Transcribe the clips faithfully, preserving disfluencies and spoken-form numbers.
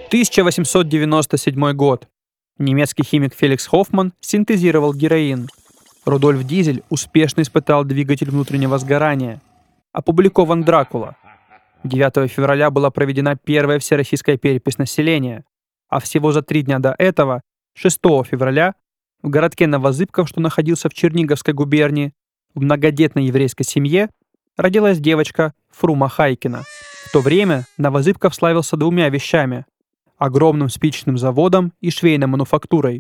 тысяча восемьсот девяносто седьмой год. Немецкий химик Феликс Хоффман синтезировал героин. Рудольф Дизель успешно испытал двигатель внутреннего сгорания. Опубликован Дракула. девятого февраля была проведена первая всероссийская перепись населения, а всего за три дня до этого, шестого февраля, в городке Новозыбков, что находился в Черниговской губернии, в многодетной еврейской семье родилась девочка Фрума Хайкина. В то время Новозыбков славился двумя вещами – огромным спичечным заводом и швейной мануфактурой.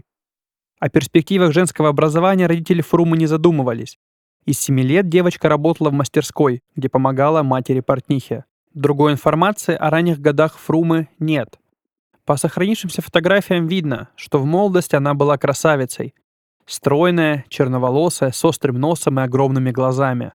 О перспективах женского образования родители Фрумы не задумывались. Из семи лет девочка работала в мастерской, где помогала матери-портнихе. Другой информации о ранних годах Фрумы нет. По сохранившимся фотографиям видно, что в молодости она была красавицей. Стройная, черноволосая, с острым носом и огромными глазами.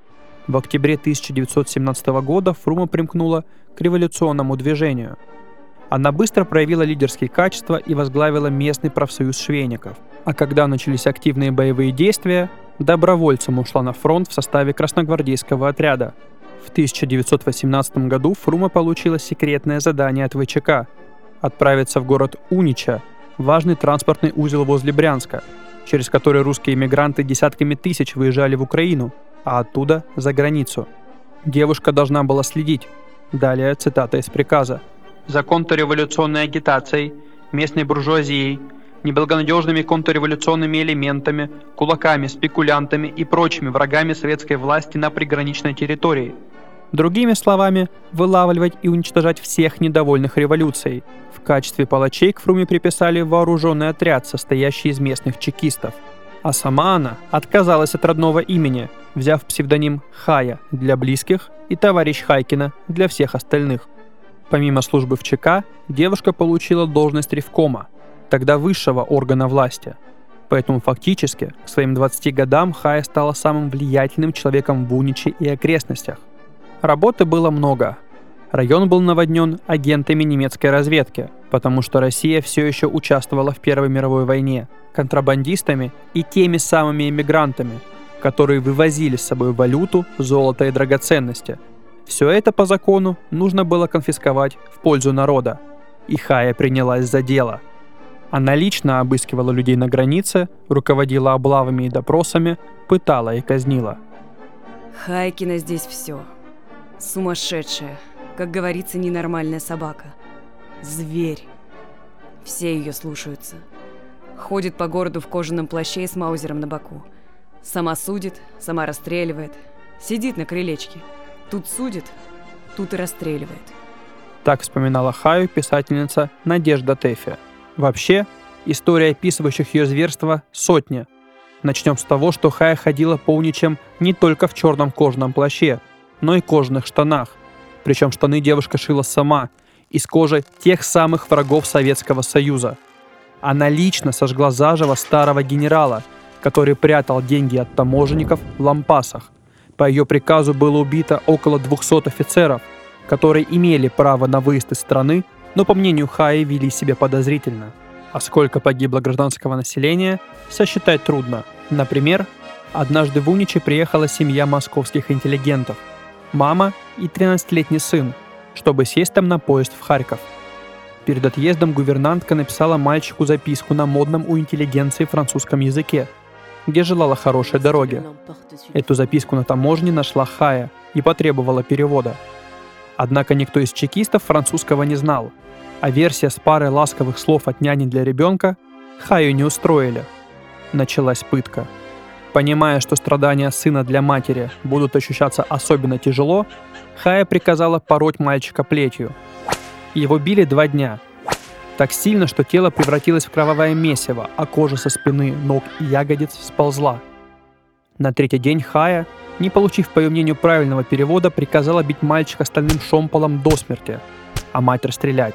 В октябре тысяча девятьсот семнадцатого года Фрума примкнула к революционному движению. Она быстро проявила лидерские качества и возглавила местный профсоюз швейников. А когда начались активные боевые действия, добровольцем ушла на фронт в составе красногвардейского отряда. В тысяча девятьсот восемнадцатом году Фрума получила секретное задание от вэ че ка – отправиться в город Унича, важный транспортный узел возле Брянска, через который русские эмигранты десятками тысяч выезжали в Украину, а оттуда за границу. Девушка должна была следить. Далее цитата из приказа. «За контрреволюционной агитацией, местной буржуазией, неблагонадежными контрреволюционными элементами, кулаками, спекулянтами и прочими врагами советской власти на приграничной территории». Другими словами, вылавливать и уничтожать всех недовольных революцией. В качестве палачей к Фруме приписали вооруженный отряд, состоящий из местных чекистов. А сама она отказалась от родного имени, взяв псевдоним Хая для близких и товарищ Хайкина для всех остальных. Помимо службы в ЧК, девушка получила должность ревкома, тогда высшего органа власти. Поэтому фактически к своим двадцати годам Хая стала самым влиятельным человеком в Униче и окрестностях. Работы было много. Район был наводнен агентами немецкой разведки, потому что Россия все еще участвовала в Первой мировой войне, контрабандистами и теми самыми эмигрантами, которые вывозили с собой валюту, золото и драгоценности. Все это по закону нужно было конфисковать в пользу народа. И Хая принялась за дело. Она лично обыскивала людей на границе, руководила облавами и допросами, пытала и казнила. Хайкина здесь все. Сумасшедшая, как говорится, ненормальная собака. Зверь. Все ее слушаются. Ходит по городу в кожаном плаще и с маузером на боку. Сама судит, сама расстреливает. Сидит на крылечке. Тут судит, тут и расстреливает. Так вспоминала Хаю писательница Надежда Тэффи. Вообще, история описывающих ее зверства сотня. Начнем с того, что Хая ходила по Уничам не только в черном кожаном плаще, но и кожаных штанах. Причем штаны девушка шила сама, из кожи тех самых врагов Советского Союза. Она лично сожгла заживо старого генерала, который прятал деньги от таможенников в лампасах. По ее приказу было убито около двухсот офицеров, которые имели право на выезд из страны, но, по мнению Хаи, вели себя подозрительно. А сколько погибло гражданского населения, сосчитать трудно. Например, однажды в Уничи приехала семья московских интеллигентов. Мама и тринадцатилетний сын, чтобы сесть там на поезд в Харьков. Перед отъездом гувернантка написала мальчику записку на модном у интеллигенции французском языке, где желала хорошей дороги. Эту записку на таможне нашла Хая и потребовала перевода. Однако никто из чекистов французского не знал, а версия с парой ласковых слов от няни для ребенка Хаю не устроили. Началась пытка. Понимая, что страдания сына для матери будут ощущаться особенно тяжело, Хая приказала пороть мальчика плетью. Его били два дня. Так сильно, что тело превратилось в кровавое месиво, а кожа со спины, ног и ягодиц сползла. На третий день Хая, не получив, по ее мнению, правильного перевода, приказала бить мальчика стальным шомполом до смерти, а мать расстрелять.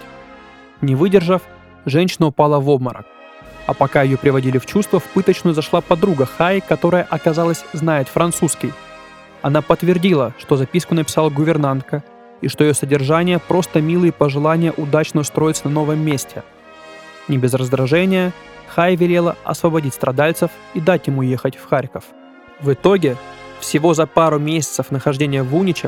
Не выдержав, женщина упала в обморок. А пока ее приводили в чувство, в пыточную зашла подруга Хаи, которая, оказалось, знает французский. Она подтвердила, что записку написала гувернантка, и что ее содержание – просто милые пожелания удачно устроиться на новом месте. Не без раздражения Хая велела освободить страдальцев и дать им уехать в Харьков. В итоге, всего за пару месяцев нахождения в Уничах,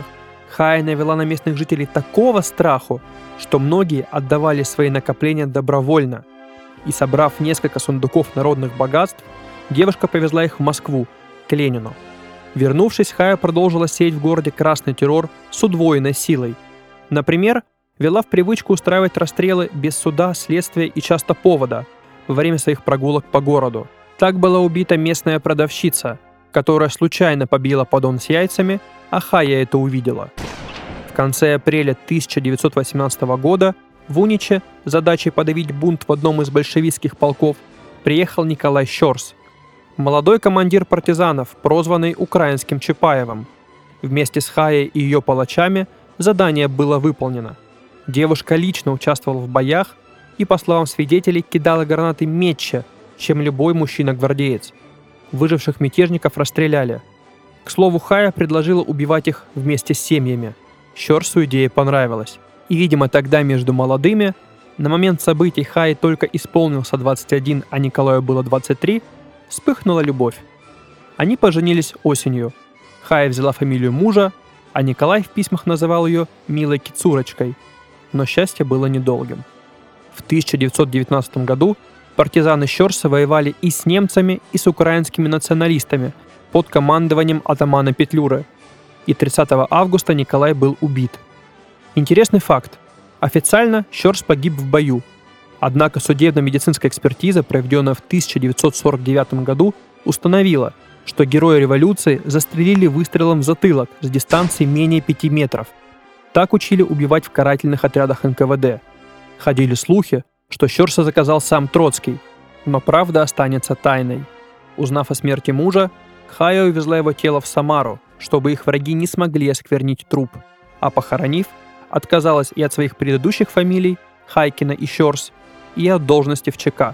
Хая навела на местных жителей такого страху, что многие отдавали свои накопления добровольно. И собрав несколько сундуков народных богатств, девушка повезла их в Москву, к Ленину. Вернувшись, Хая продолжила сеять в городе красный террор с удвоенной силой. Например, вела в привычку устраивать расстрелы без суда, следствия и часто повода во время своих прогулок по городу. Так была убита местная продавщица, которая случайно побила поддон с яйцами, а Хая это увидела. В конце апреля тысяча девятьсот восемнадцатого года в Униче с задачей подавить бунт в одном из большевистских полков приехал Николай Щорс, молодой командир партизанов, прозванный украинским Чапаевым. Вместе с Хаей и ее палачами задание было выполнено. Девушка лично участвовала в боях и, по словам свидетелей, кидала гранаты метче, чем любой мужчина-гвардеец. Выживших мятежников расстреляли. К слову, Хая предложила убивать их вместе с семьями. Щорсу идея понравилась. И, видимо, тогда между молодыми, на момент событий Хае только исполнился двадцать один, а Николаю было двадцать три, вспыхнула любовь. Они поженились осенью. Хая взяла фамилию мужа, а Николай в письмах называл ее «милой кицурочкой». Но счастье было недолгим. В тысяча девятьсот девятнадцатом году партизаны Щорса воевали и с немцами, и с украинскими националистами под командованием атамана Петлюры. И тридцатого августа Николай был убит. Интересный факт. Официально Щорс погиб в бою. Однако судебно-медицинская экспертиза, проведенная в тысяча девятьсот сорок девятом году, установила, что героя революции застрелили выстрелом в затылок с дистанции менее пяти метров. Так учили убивать в карательных отрядах эн ка вэ дэ. Ходили слухи, что Щорса заказал сам Троцкий, но правда останется тайной. Узнав о смерти мужа, Хая увезла его тело в Самару, чтобы их враги не смогли осквернить труп, а похоронив, отказалась и от своих предыдущих фамилий Хайкина и Щорс, и от должности в ЧК.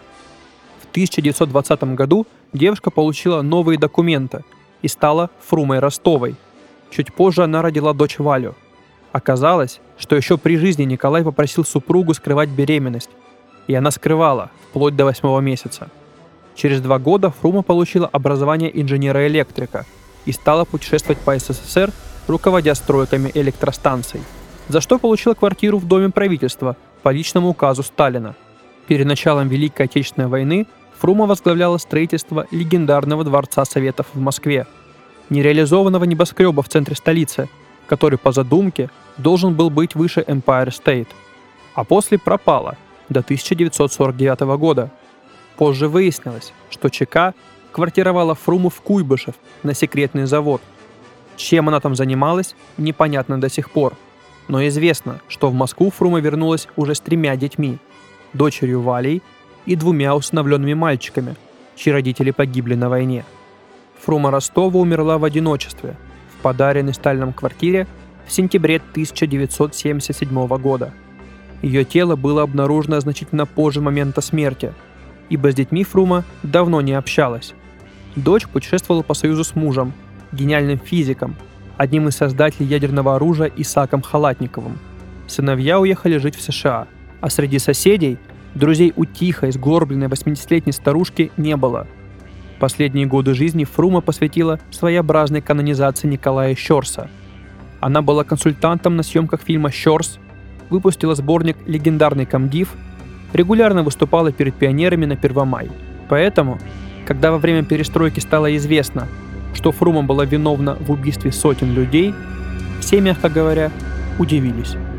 В тысяча девятьсот двадцатом году девушка получила новые документы и стала Фрумой Ростовой. Чуть позже она родила дочь Валю. Оказалось, что еще при жизни Николай попросил супругу скрывать беременность, и она скрывала, вплоть до восьмого месяца. Через два года Фрума получила образование инженера-электрика и стала путешествовать по эс эс эс эр, руководя стройками электростанций, за что получила квартиру в Доме правительства по личному указу Сталина. Перед началом Великой Отечественной войны Фрума возглавляла строительство легендарного Дворца Советов в Москве, нереализованного небоскреба в центре столицы, который по задумке должен был быть выше Empire State, а после пропала до тысяча девятьсот сорок девятого года. Позже выяснилось, что ЧК квартировала Фруму в Куйбышев на секретный завод. Чем она там занималась, непонятно до сих пор. Но известно, что в Москву Фрума вернулась уже с тремя детьми, дочерью Валей и двумя усыновленными мальчиками, чьи родители погибли на войне. Фрума Ростова умерла в одиночестве в подаренной Сталином квартире в сентябре тысяча девятьсот семьдесят седьмого года. Ее тело было обнаружено значительно позже момента смерти, ибо с детьми Фрума давно не общалась. Дочь путешествовала по союзу с мужем, гениальным физиком, одним из создателей ядерного оружия Исааком Халатниковым. Сыновья уехали жить в США, а среди соседей, друзей у тихой, сгорбленной восьмидесятилетней старушки не было. Последние годы жизни Фрума посвятила своеобразной канонизации Николая Щорса. Она была консультантом на съемках фильма «Щорс», выпустила сборник «Легендарный комдив», регулярно выступала перед пионерами на Первомай. Поэтому, когда во время перестройки стало известно, что Фрума была виновна в убийстве сотен людей, все, мягко говоря, удивились.